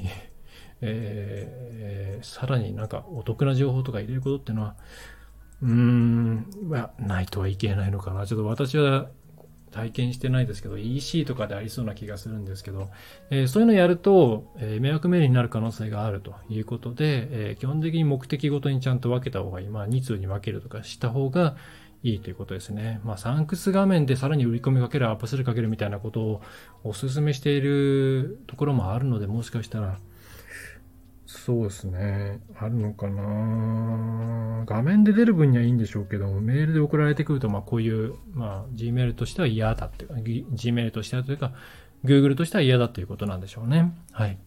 えー、さらになんかお得な情報とか入れることっていうのは、うーん、まあ、ないとはいけないのかな。ちょっと私は体験してないですけど、イーシー とかでありそうな気がするんですけど、えー、そういうのをやると、えー、迷惑メールになる可能性があるということで、えー、基本的に目的ごとにちゃんと分けた方がいい。まあ、に通に分けるとかした方がいいということですね。まあ、サンクス画面でさらに売り込みかける、アップするかけるみたいなことをお勧めしているところもあるので、もしかしたら、そうですね。あるのかな。画面で出る分にはいいんでしょうけども、メールで送られてくると、まあこういう、まあ Gmail としては嫌だっていうか、Gmail としてはというか、Google としては嫌だということなんでしょうね。はい。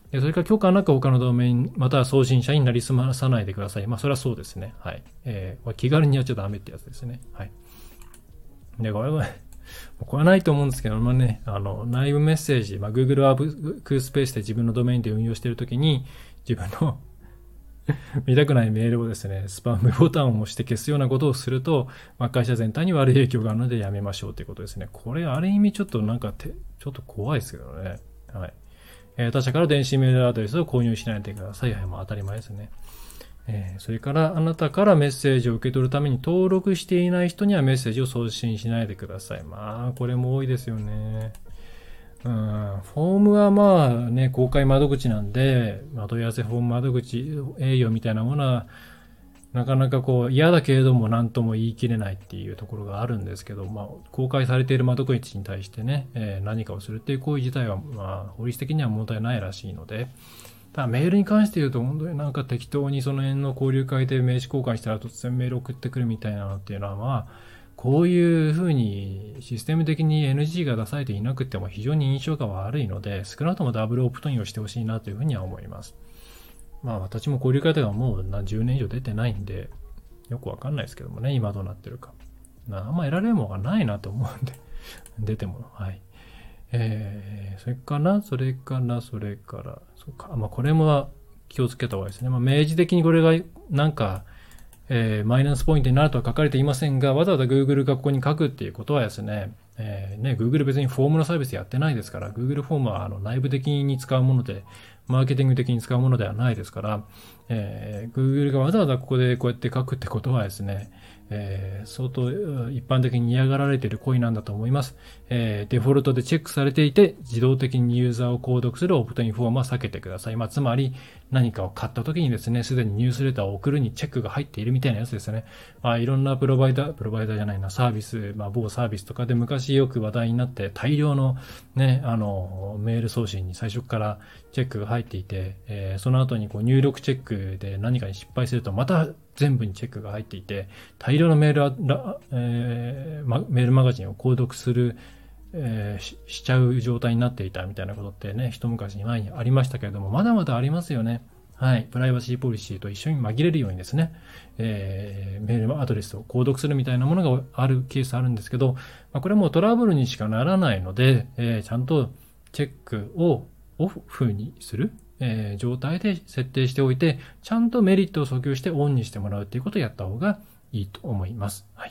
それから許可なく他のドメイン、または送信者になりすまさないでください。まあ、それはそうですね。はい。えー、気軽にやっちゃダメってやつですね。はい。で、これは、これはないと思うんですけど、まあね、あの、内部メッセージ、まあ、Google ワークスペースで自分のドメインで運用しているときに、自分の見たくないメールをですね、スパムボタンを押して消すようなことをすると、まあ、会社全体に悪い影響があるのでやめましょうということですね。これ、ある意味ちょっとなんかて、ちょっと怖いですけどね。はい。えー、他社から電子メールアドレスを購入しないでください。はい、まあ、当たり前ですね。えー、それからあなたからメッセージを受け取るために登録していない人にはメッセージを送信しないでください。まあ、これも多いですよね。うん、フォームはまあね、公開窓口なんで、問い合わせフォーム窓口営業みたいなものは、なかなかこう嫌だけれども何とも言い切れないっていうところがあるんですけど、まあ、公開されている窓口に対してね、えー、何かをするっていう行為自体は、まあ、法律的には問題ないらしいので、ただメールに関して言うと本当になんか適当にその辺の交流会で名刺交換したら突然メール送ってくるみたいなのっていうのは、まあ、こういうふうにシステム的に エヌジー が出されていなくても非常に印象が悪いので、少なくともダブルオプトインをしてほしいなというふうには思います。まあ私も交流会とかもう何十年以上出てないんで、よくわかんないですけどもね、今どうなってるか。あんま得られるものがないなと思うんで、出ても、はい。えー、それかな、それから、それから、そうか、まあこれも気をつけた方がいいですね。まあ明示的にこれがなんか、えー、マイナスポイントになるとは書かれていませんが、わざわざ Google がここに書くっていうことはですね、えー、ね、Google 別にフォームのサービスやってないですから、Google フォームはあの内部的に使うもので、マーケティング的に使うものではないですから、えー、Google がわざわざここでこうやって書くってことはですね、えー、相当一般的に嫌がられている行為なんだと思います。えー、デフォルトでチェックされていて、自動的にユーザーを購読するオプトインフォームは避けてください。まあ、つまり何かを買った時にですね、すでにニュースレターを送るにチェックが入っているみたいなやつですね。まあ、いろんなプロバイダー、プロバイダーじゃないな、サービス、まあ、某サービスとかで昔よく話題になって大量のね、あの、メール送信に最初からチェックが入っていて、えー、その後にこう入力チェックで何かに失敗するとまた全部にチェックが入っていて、大量のメール、えーま、メールマガジンを購読する、えー、し, しちゃう状態になっていたみたいなことってね、一昔前にありましたけれども、まだまだありますよね。はい。プライバシーポリシーと一緒に紛れるようにですね、えー、メールアドレスを購読するみたいなものがあるケースあるんですけど、まあ、これはもうトラブルにしかならないので、えー、ちゃんとチェックをオフにする、えー、状態で設定しておいて、ちゃんとメリットを訴求してオンにしてもらうっていうことをやった方がいいと思います。はい。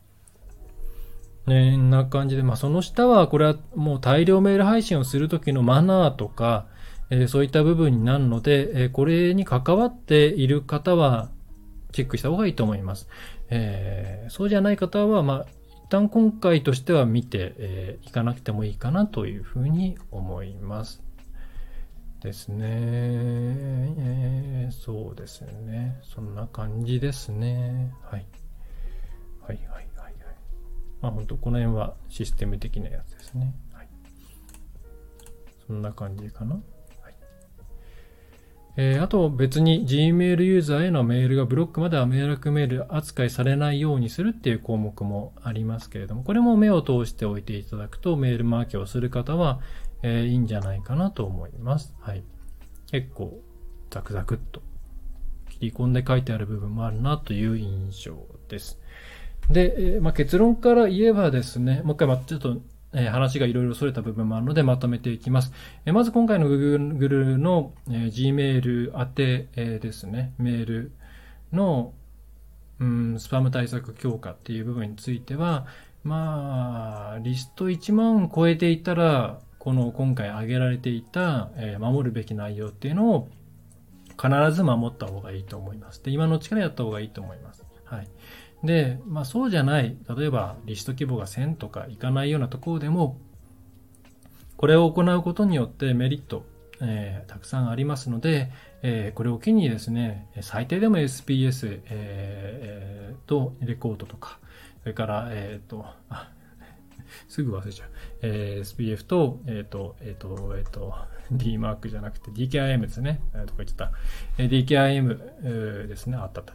ね、こんな感じで、まあ、その下は、これはもう大量メール配信をするときのマナーとか、えー、そういった部分になるので、えー、これに関わっている方は、チェックした方がいいと思います。えー、そうじゃない方は、まあ、一旦今回としては見てい、えー、かなくてもいいかなというふうに思います。ですね、えー。そうですね。そんな感じですね。はい。はいはいはい。まあ本当この辺はシステム的なやつですね。はい。そんな感じかな。はい。えー、あと別に Gmail ユーザーへのメールがブロックまでは迷惑メール扱いされないようにするっていう項目もありますけれども、これも目を通しておいていただくとメールマーケをする方は、えー、いいんじゃないかなと思います。はい。結構ザクザクっと切り込んで書いてある部分もあるなという印象です。で、まあ、結論から言えばですね、もう一回ちょっと話がいろいろ逸れた部分もあるのでまとめていきます。まず今回の Google の Gmail 宛てですね、メールの、うん、スパム対策強化っていう部分については、まあ、リストいちまん超えていたら、この今回挙げられていた、えー、守るべき内容っていうのを必ず守った方がいいと思います。で、今のうちからやった方がいいと思います。はい。で、まあそうじゃない、例えばリスト規模がせんとかいかないようなところでも、これを行うことによってメリット、えー、たくさんありますので、えー、これを機にですね、最低でも エスピーエス、えー、とレコードとか、それから、えっ、ー、と、あ、すぐ忘れちゃう。えー、エスピーエフ と、えっ、ー、と、えっ、ー、と、えっ、ー、と、D マークじゃなくて ディーケーアイエム ですね。とか言っちゃった。ディーケーアイエム ですね。あったあった。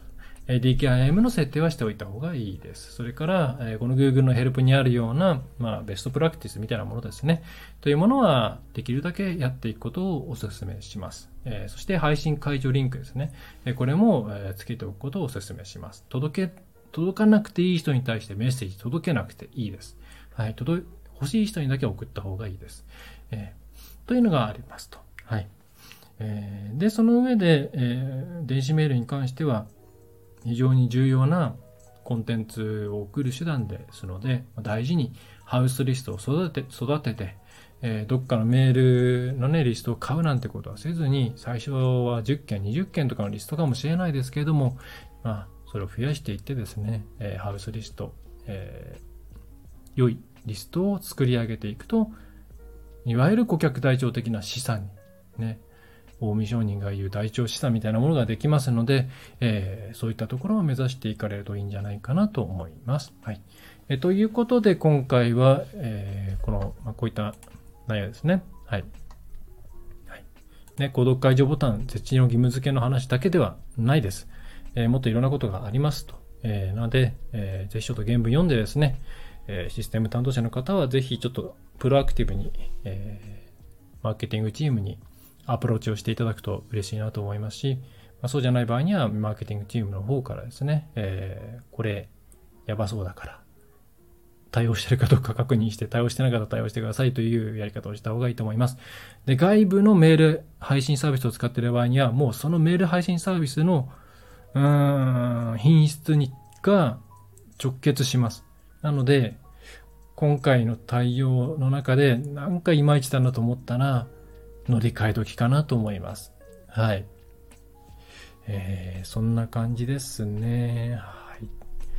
ディーケーアイエム の設定はしておいた方がいいです。それから、この Google のヘルプにあるような、まあ、ベストプラクティスみたいなものですね。というものは、できるだけやっていくことをお勧めします。そして、配信解除リンクですね。これもつけておくことをお勧めします。届け、届かなくていい人に対してメッセージ届けなくていいです。はい。届、欲しい人にだけ送った方がいいです。えー、というのがありますと。はい。えー、で、その上で、えー、電子メールに関しては、非常に重要なコンテンツを送る手段ですので、大事にハウスリストを育て、育てて、えー、どっかのメールのね、リストを買うなんてことはせずに、最初はじゅっけん、にじゅっけんとかのリストかもしれないですけれども、まあ、それを増やしていってですね、えー、ハウスリスト、えー、良いリストを作り上げていくと、いわゆる顧客台帳的な資産にね、大見商人が言う台帳資産みたいなものができますので、えー、そういったところを目指していかれるといいんじゃないかなと思います。はい。えー、ということで今回は、えー、この、まあ、こういった内容ですね。はい。はい。ね、購読解除ボタン設置の義務付けの話だけではないです。えー、もっといろんなことがありますと。えー、なので、えー、ぜひちょっと原文読んでですね、えー、システム担当者の方はぜひちょっとプロアクティブに、えー、マーケティングチームにアプローチをしていただくと嬉しいなと思いますし、まあ、そうじゃない場合にはマーケティングチームの方からですね、えー、これやばそうだから対応してるかどうか確認して対応してなかったら対応してくださいというやり方をした方がいいと思います。で、外部のメール配信サービスを使っている場合にはもうそのメール配信サービスのうーん品質にが直結します。なので今回の対応の中でなんかいまいちだなと思ったら乗り換え時かなと思います。はい。えー、そんな感じですね。はい。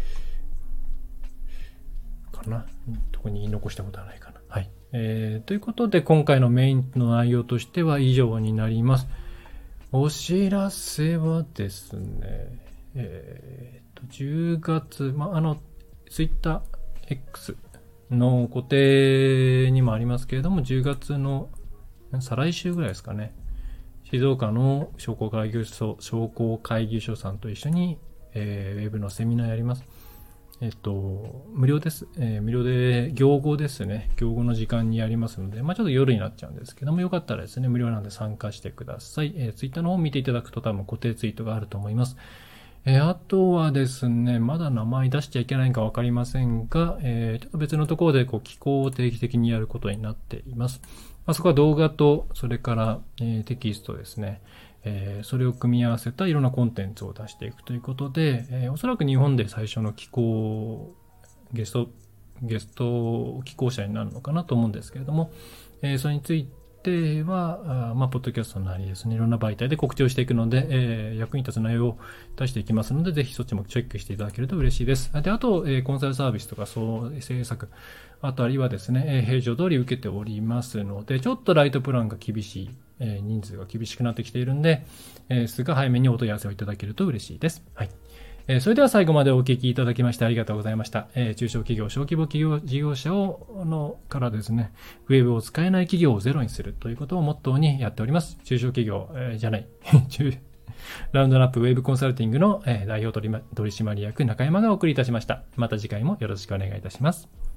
かな。特に言い残したことはないかな。はい。えー、ということで今回のメインの内容としては以上になります。お知らせはですね、えーと、じゅうがつ、まあ、あの、Twitter X の固定にもありますけれども、じゅうがつの再来週ぐらいですかね。静岡の商工会議所、商工会議所さんと一緒に、えー、ウェブのセミナーやります。えっと、無料です。えー、無料で、業語ですね。業語の時間にやりますので、まあちょっと夜になっちゃうんですけども、よかったらですね、無料なんで参加してください。えー、ツイッターの方を見ていただくと多分固定ツイートがあると思います。えー、あとはですね、まだ名前出しちゃいけないかわかりませんが、えー、ちょっと別のところでこう、寄稿を定期的にやることになっています。まあ、そこは動画と、それから、えー、テキストですね。えー、それを組み合わせたいろんなコンテンツを出していくということで、えー、おそらく日本で最初の寄稿、ゲスト、ゲスト寄稿者になるのかなと思うんですけれども、えー、それについては、あまあ、ポッドキャストなりですね、いろんな媒体で告知をしていくので、えー、役に立つ内容を出していきますので、ぜひそっちもチェックしていただけると嬉しいです。で、あと、えー、コンサルサービスとか、そう制作、あたりはですね、えー、平常通り受けておりますので、ちょっとライトプランが厳しい、えー、人数が厳しくなってきているんで、えー、すが早めにお問い合わせをいただけると嬉しいです。はい。えー、それでは最後までお聞きいただきましてありがとうございました。えー、中小企業、小規模企業事業者をのからですね、ウェブを使えない企業をゼロにするということをモットーにやっております。中小企業、えー、じゃない、中ラウンドナップウェブコンサルティングの、えー、代表取締役中山がお送りいたしました。また次回もよろしくお願いいたします。